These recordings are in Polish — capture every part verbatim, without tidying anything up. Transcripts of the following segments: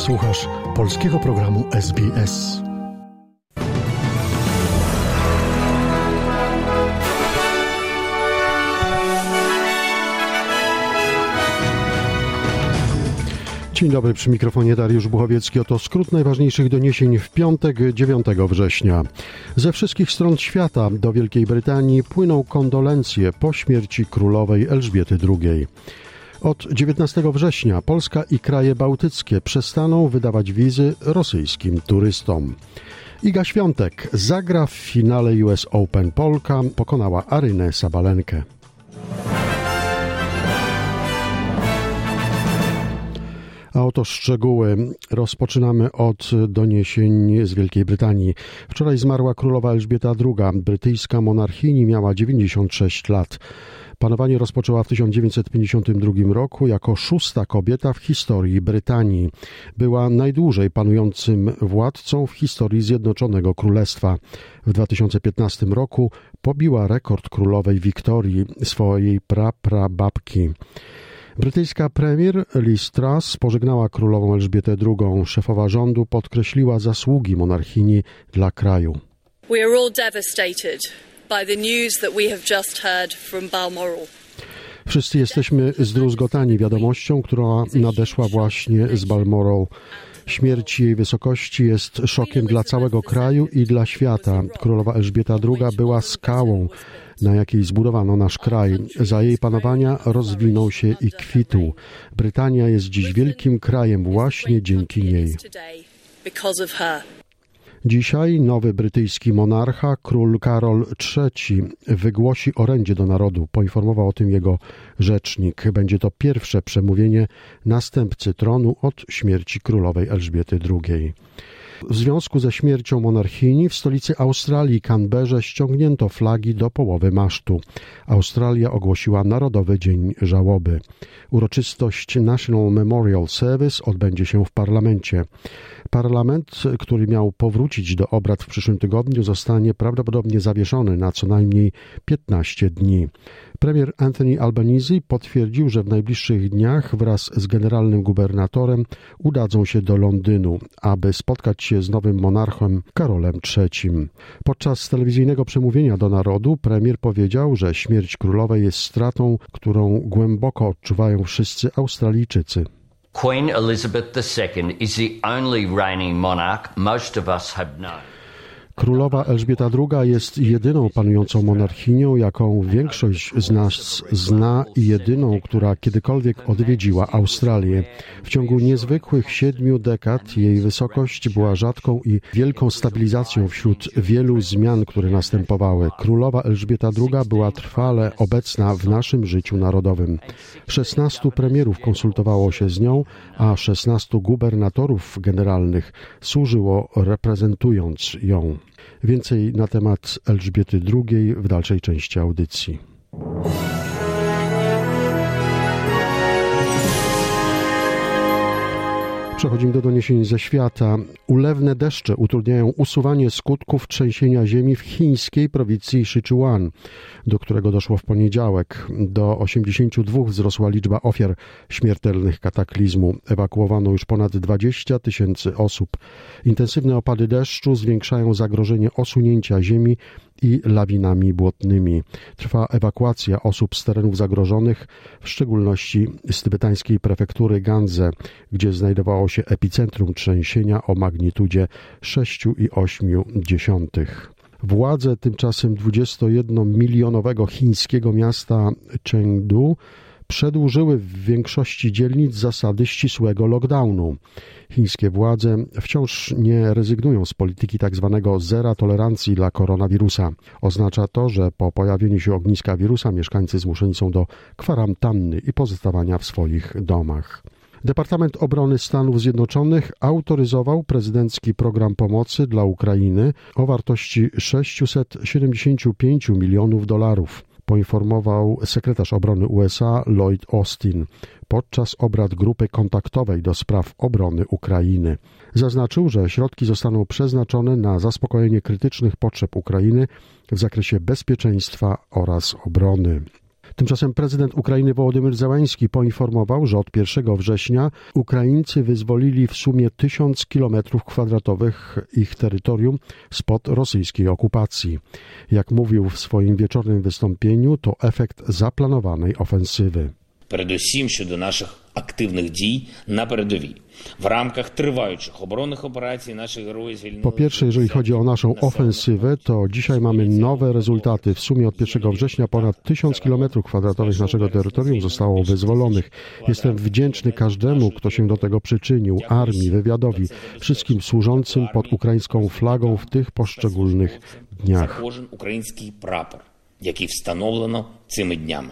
Słuchasz polskiego programu S B S. Dzień dobry, przy mikrofonie Dariusz Buchowiecki. Oto skrót najważniejszych doniesień w piątek, dziewiątego września. Ze wszystkich stron świata do Wielkiej Brytanii płyną kondolencje po śmierci królowej Elżbiety drugiej. Od dziewiętnastego września Polska i kraje bałtyckie przestaną wydawać wizy rosyjskim turystom. Iga Świątek zagra w finale U S Open. Polka pokonała Arynę Sabalenkę. A oto szczegóły. Rozpoczynamy od doniesień z Wielkiej Brytanii. Wczoraj zmarła królowa Elżbieta druga. Brytyjska monarchini miała dziewięćdziesiąt sześć lat. Panowanie rozpoczęła w tysiąc dziewięćset pięćdziesiątym drugim roku jako szósta kobieta w historii Brytanii. Była najdłużej panującym władcą w historii Zjednoczonego Królestwa. W dwa tysiące piętnastym roku pobiła rekord królowej Wiktorii, swojej praprababki. Brytyjska premier Liz Truss pożegnała królową Elżbietę drugą. Szefowa rządu podkreśliła zasługi monarchini dla kraju. We are all devastated by the news that we have just heard from Balmoral. Wszyscy jesteśmy zdruzgotani wiadomością, która nadeszła właśnie z Balmoral. Śmierć jej wysokości jest szokiem dla całego kraju i dla świata. Królowa Elżbieta druga była skałą, na jakiej zbudowano nasz kraj. Za jej panowania rozwinął się i kwitł. Brytania jest dziś wielkim krajem właśnie dzięki niej. Dzisiaj nowy brytyjski monarcha, król Karol trzeci, wygłosi orędzie do narodu. Poinformował o tym jego rzecznik. Będzie to pierwsze przemówienie następcy tronu od śmierci królowej Elżbiety drugiej. W związku ze śmiercią monarchini w stolicy Australii, Canberrze, ściągnięto flagi do połowy masztu. Australia ogłosiła Narodowy Dzień Żałoby. Uroczystość National Memorial Service odbędzie się w parlamencie. Parlament, który miał powrócić do obrad w przyszłym tygodniu, zostanie prawdopodobnie zawieszony na co najmniej piętnaście dni. Premier Anthony Albanese potwierdził, że w najbliższych dniach wraz z generalnym gubernatorem udadzą się do Londynu, aby spotkać się z nowym monarchą Karolem trzecim. Podczas telewizyjnego przemówienia do narodu premier powiedział, że śmierć królowej jest stratą, którą głęboko odczuwają wszyscy Australijczycy. Queen Elizabeth the second is the only reigning monarch most of us have known. Królowa Elżbieta druga jest jedyną panującą monarchinią, jaką większość z nas zna i jedyną, która kiedykolwiek odwiedziła Australię. W ciągu niezwykłych siedmiu dekad jej wysokość była rzadką i wielką stabilizacją wśród wielu zmian, które następowały. Królowa Elżbieta druga była trwale obecna w naszym życiu narodowym. szesnastu premierów konsultowało się z nią, a szesnastu gubernatorów generalnych służyło reprezentując ją. Więcej na temat Elżbiety drugiej w dalszej części audycji. Przechodzimy do doniesień ze świata. Ulewne deszcze utrudniają usuwanie skutków trzęsienia ziemi w chińskiej prowincji Sichuan, do którego doszło w poniedziałek. Do osiemdziesięciu dwóch wzrosła liczba ofiar śmiertelnych kataklizmu. Ewakuowano już ponad dwadzieścia tysięcy osób. Intensywne opady deszczu zwiększają zagrożenie osunięcia ziemi i lawinami błotnymi. Trwa ewakuacja osób z terenów zagrożonych, w szczególności z tybetańskiej prefektury Ganze, gdzie znajdowało się epicentrum trzęsienia o magnitudzie sześć przecinek osiem. Władze tymczasem dwudziestojednomilionowego chińskiego miasta Chengdu przedłużyły w większości dzielnic zasady ścisłego lockdownu. Chińskie władze wciąż nie rezygnują z polityki tzw. zera tolerancji dla koronawirusa. Oznacza to, że po pojawieniu się ogniska wirusa mieszkańcy zmuszeni są do kwarantanny i pozostawania w swoich domach. Departament Obrony Stanów Zjednoczonych autoryzował prezydencki program pomocy dla Ukrainy o wartości sześćset siedemdziesiąt pięć milionów dolarów. Poinformował sekretarz obrony U S A Lloyd Austin podczas obrad grupy kontaktowej do spraw obrony Ukrainy. Zaznaczył, że środki zostaną przeznaczone na zaspokojenie krytycznych potrzeb Ukrainy w zakresie bezpieczeństwa oraz obrony. Tymczasem prezydent Ukrainy Wołodymyr Zełański poinformował, że od pierwszego września Ukraińcy wyzwolili w sumie tysiąc kilometrów kwadratowych ich terytorium spod rosyjskiej okupacji. Jak mówił w swoim wieczornym wystąpieniu, to efekt zaplanowanej ofensywy. Передусім щодо наших активних дій на передовій. W ramach trwających obronnych operacji naszych heroi zwolnili. Po pierwsze, jeżeli chodzi o naszą ofensywę, to dzisiaj mamy nowe rezultaty. W sumie od pierwszego września ponad tysiąc kilometrów kwadratowych naszego terytorium zostało wyzwolonych. Jestem wdzięczny każdemu, kto się do tego przyczynił, armii, wywiadowi, wszystkim służącym pod ukraińską flagą w tych poszczególnych dniach. Кожен український прапор, який встановлено цими днями.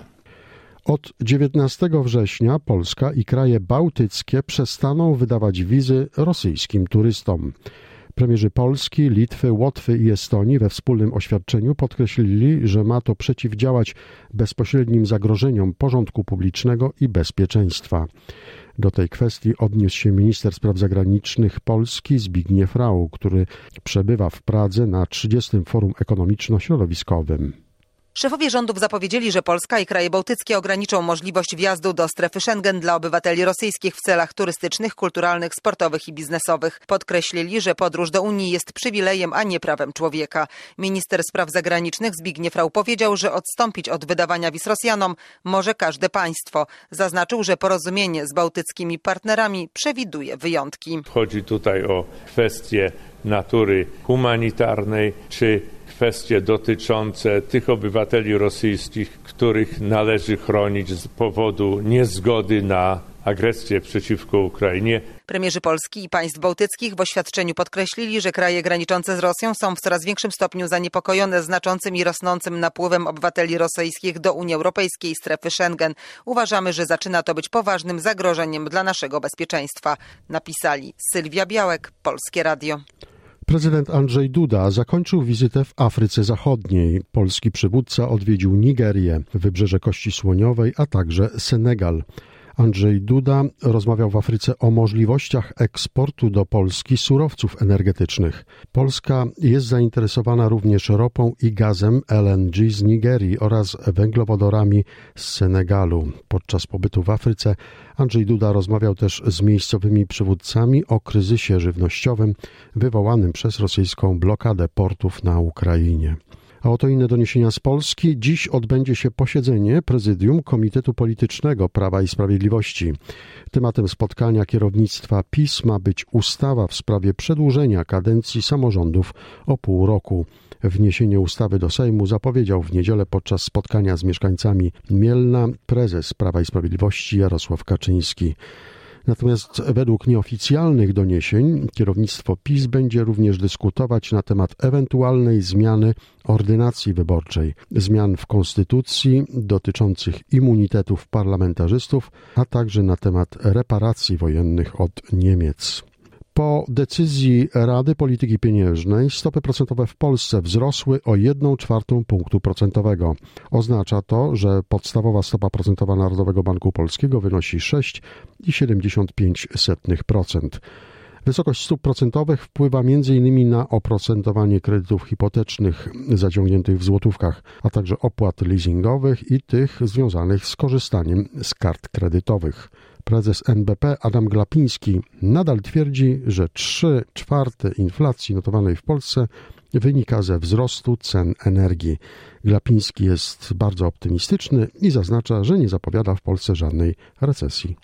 Od dziewiętnastego września Polska i kraje bałtyckie przestaną wydawać wizy rosyjskim turystom. Premierzy Polski, Litwy, Łotwy i Estonii we wspólnym oświadczeniu podkreślili, że ma to przeciwdziałać bezpośrednim zagrożeniom porządku publicznego i bezpieczeństwa. Do tej kwestii odniósł się minister spraw zagranicznych Polski Zbigniew Rau, który przebywa w Pradze na trzydziestym Forum Ekonomiczno-Środowiskowym. Szefowie rządów zapowiedzieli, że Polska i kraje bałtyckie ograniczą możliwość wjazdu do strefy Schengen dla obywateli rosyjskich w celach turystycznych, kulturalnych, sportowych i biznesowych. Podkreślili, że podróż do Unii jest przywilejem, a nie prawem człowieka. Minister spraw zagranicznych Zbigniew Rau powiedział, że odstąpić od wydawania wiz Rosjanom może każde państwo. Zaznaczył, że porozumienie z bałtyckimi partnerami przewiduje wyjątki. Chodzi tutaj o kwestie natury humanitarnej czy kwestie dotyczące tych obywateli rosyjskich, których należy chronić z powodu niezgody na agresję przeciwko Ukrainie. Premierzy Polski i państw bałtyckich w oświadczeniu podkreślili, że kraje graniczące z Rosją są w coraz większym stopniu zaniepokojone znaczącym i rosnącym napływem obywateli rosyjskich do Unii Europejskiej i strefy Schengen. Uważamy, że zaczyna to być poważnym zagrożeniem dla naszego bezpieczeństwa. Napisali Sylwia Białek, Polskie Radio. Prezydent Andrzej Duda zakończył wizytę w Afryce Zachodniej. Polski przywódca odwiedził Nigerię, Wybrzeże Kości Słoniowej, a także Senegal. Andrzej Duda rozmawiał w Afryce o możliwościach eksportu do Polski surowców energetycznych. Polska jest zainteresowana również ropą i gazem L N G z Nigerii oraz węglowodorami z Senegalu. Podczas pobytu w Afryce Andrzej Duda rozmawiał też z miejscowymi przywódcami o kryzysie żywnościowym wywołanym przez rosyjską blokadę portów na Ukrainie. A oto inne doniesienia z Polski. Dziś odbędzie się posiedzenie Prezydium Komitetu Politycznego Prawa i Sprawiedliwości. Tematem spotkania kierownictwa PiS ma być ustawa w sprawie przedłużenia kadencji samorządów o pół roku. Wniesienie ustawy do Sejmu zapowiedział w niedzielę podczas spotkania z mieszkańcami Mielna prezes Prawa i Sprawiedliwości Jarosław Kaczyński. Natomiast według nieoficjalnych doniesień kierownictwo PiS będzie również dyskutować na temat ewentualnej zmiany ordynacji wyborczej, zmian w konstytucji dotyczących immunitetów parlamentarzystów, a także na temat reparacji wojennych od Niemiec. Po decyzji Rady Polityki Pieniężnej stopy procentowe w Polsce wzrosły o jedną czwartą punktu procentowego. Oznacza to, że podstawowa stopa procentowa Narodowego Banku Polskiego wynosi sześć przecinek siedemdziesiąt pięć procent. Wysokość stóp procentowych wpływa między innymi na oprocentowanie kredytów hipotecznych zaciągniętych w złotówkach, a także opłat leasingowych i tych związanych z korzystaniem z kart kredytowych. Prezes N B P Adam Glapiński nadal twierdzi, że trzy czwarte inflacji notowanej w Polsce wynika ze wzrostu cen energii. Glapiński jest bardzo optymistyczny i zaznacza, że nie zapowiada w Polsce żadnej recesji.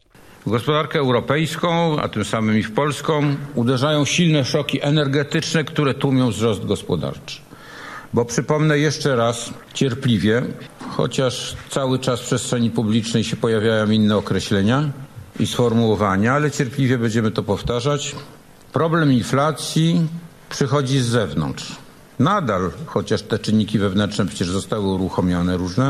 W gospodarkę europejską, a tym samym i w polską, uderzają silne szoki energetyczne, które tłumią wzrost gospodarczy. Bo przypomnę jeszcze raz cierpliwie, chociaż cały czas w przestrzeni publicznej się pojawiają inne określenia i sformułowania, ale cierpliwie będziemy to powtarzać. Problem inflacji przychodzi z zewnątrz. Nadal, chociaż te czynniki wewnętrzne przecież zostały uruchomione różne,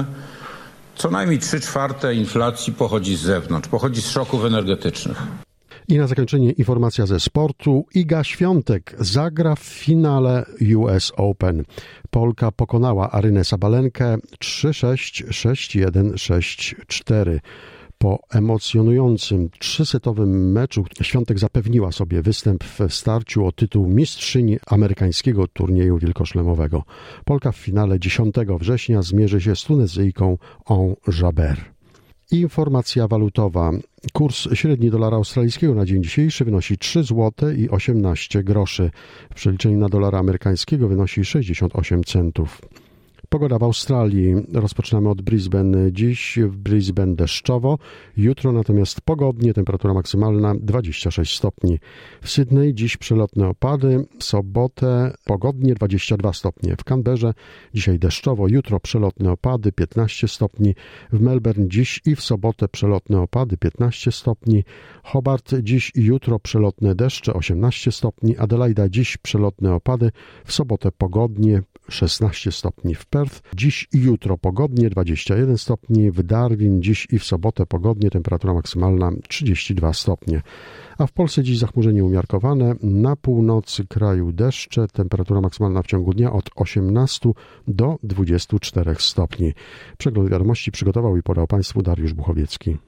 co najmniej trzy czwarte inflacji pochodzi z zewnątrz, pochodzi z szoków energetycznych. I na zakończenie informacja ze sportu. Iga Świątek zagra w finale U S Open. Polka pokonała Arynę Sabalenkę trzy sześć, sześć jeden, sześć cztery. Po emocjonującym trzysetowym meczu Świątek zapewniła sobie występ w starciu o tytuł mistrzyni amerykańskiego turnieju wielkoszlemowego. Polka w finale dziesiątego września zmierzy się z Tunezyjką On Jaber. Informacja walutowa. Kurs średni dolara australijskiego na dzień dzisiejszy wynosi trzy złote i osiemnaście groszy. W przeliczeniu na dolara amerykańskiego wynosi sześćdziesiąt osiem centów. Pogoda w Australii. Rozpoczynamy od Brisbane. Dziś w Brisbane deszczowo, jutro natomiast pogodnie, temperatura maksymalna dwadzieścia sześć stopni. W Sydney dziś przelotne opady, w sobotę pogodnie dwadzieścia dwa stopnie. W Canberrze dzisiaj deszczowo, jutro przelotne opady piętnaście stopni. W Melbourne dziś i w sobotę przelotne opady piętnaście stopni. Hobart dziś i jutro przelotne deszcze osiemnaście stopni. Adelaida dziś przelotne opady, w sobotę pogodnie szesnaście stopni. W Perth dziś i jutro pogodnie dwadzieścia jeden stopni, w Darwin dziś i w sobotę pogodnie, temperatura maksymalna trzydzieści dwa stopnie. A w Polsce dziś zachmurzenie umiarkowane, na północy kraju deszcze, temperatura maksymalna w ciągu dnia od osiemnastu do dwudziestu czterech stopni. Przegląd wiadomości przygotował i podał Państwu Dariusz Buchowiecki.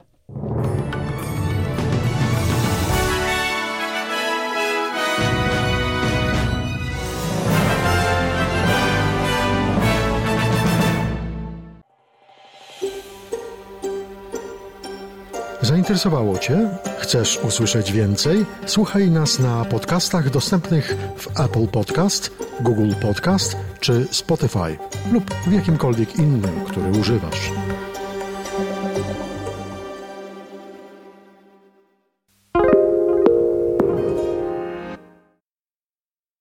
Zainteresowało Cię? Chcesz usłyszeć więcej? Słuchaj nas na podcastach dostępnych w Apple Podcast, Google Podcast czy Spotify lub w jakimkolwiek innym, który używasz.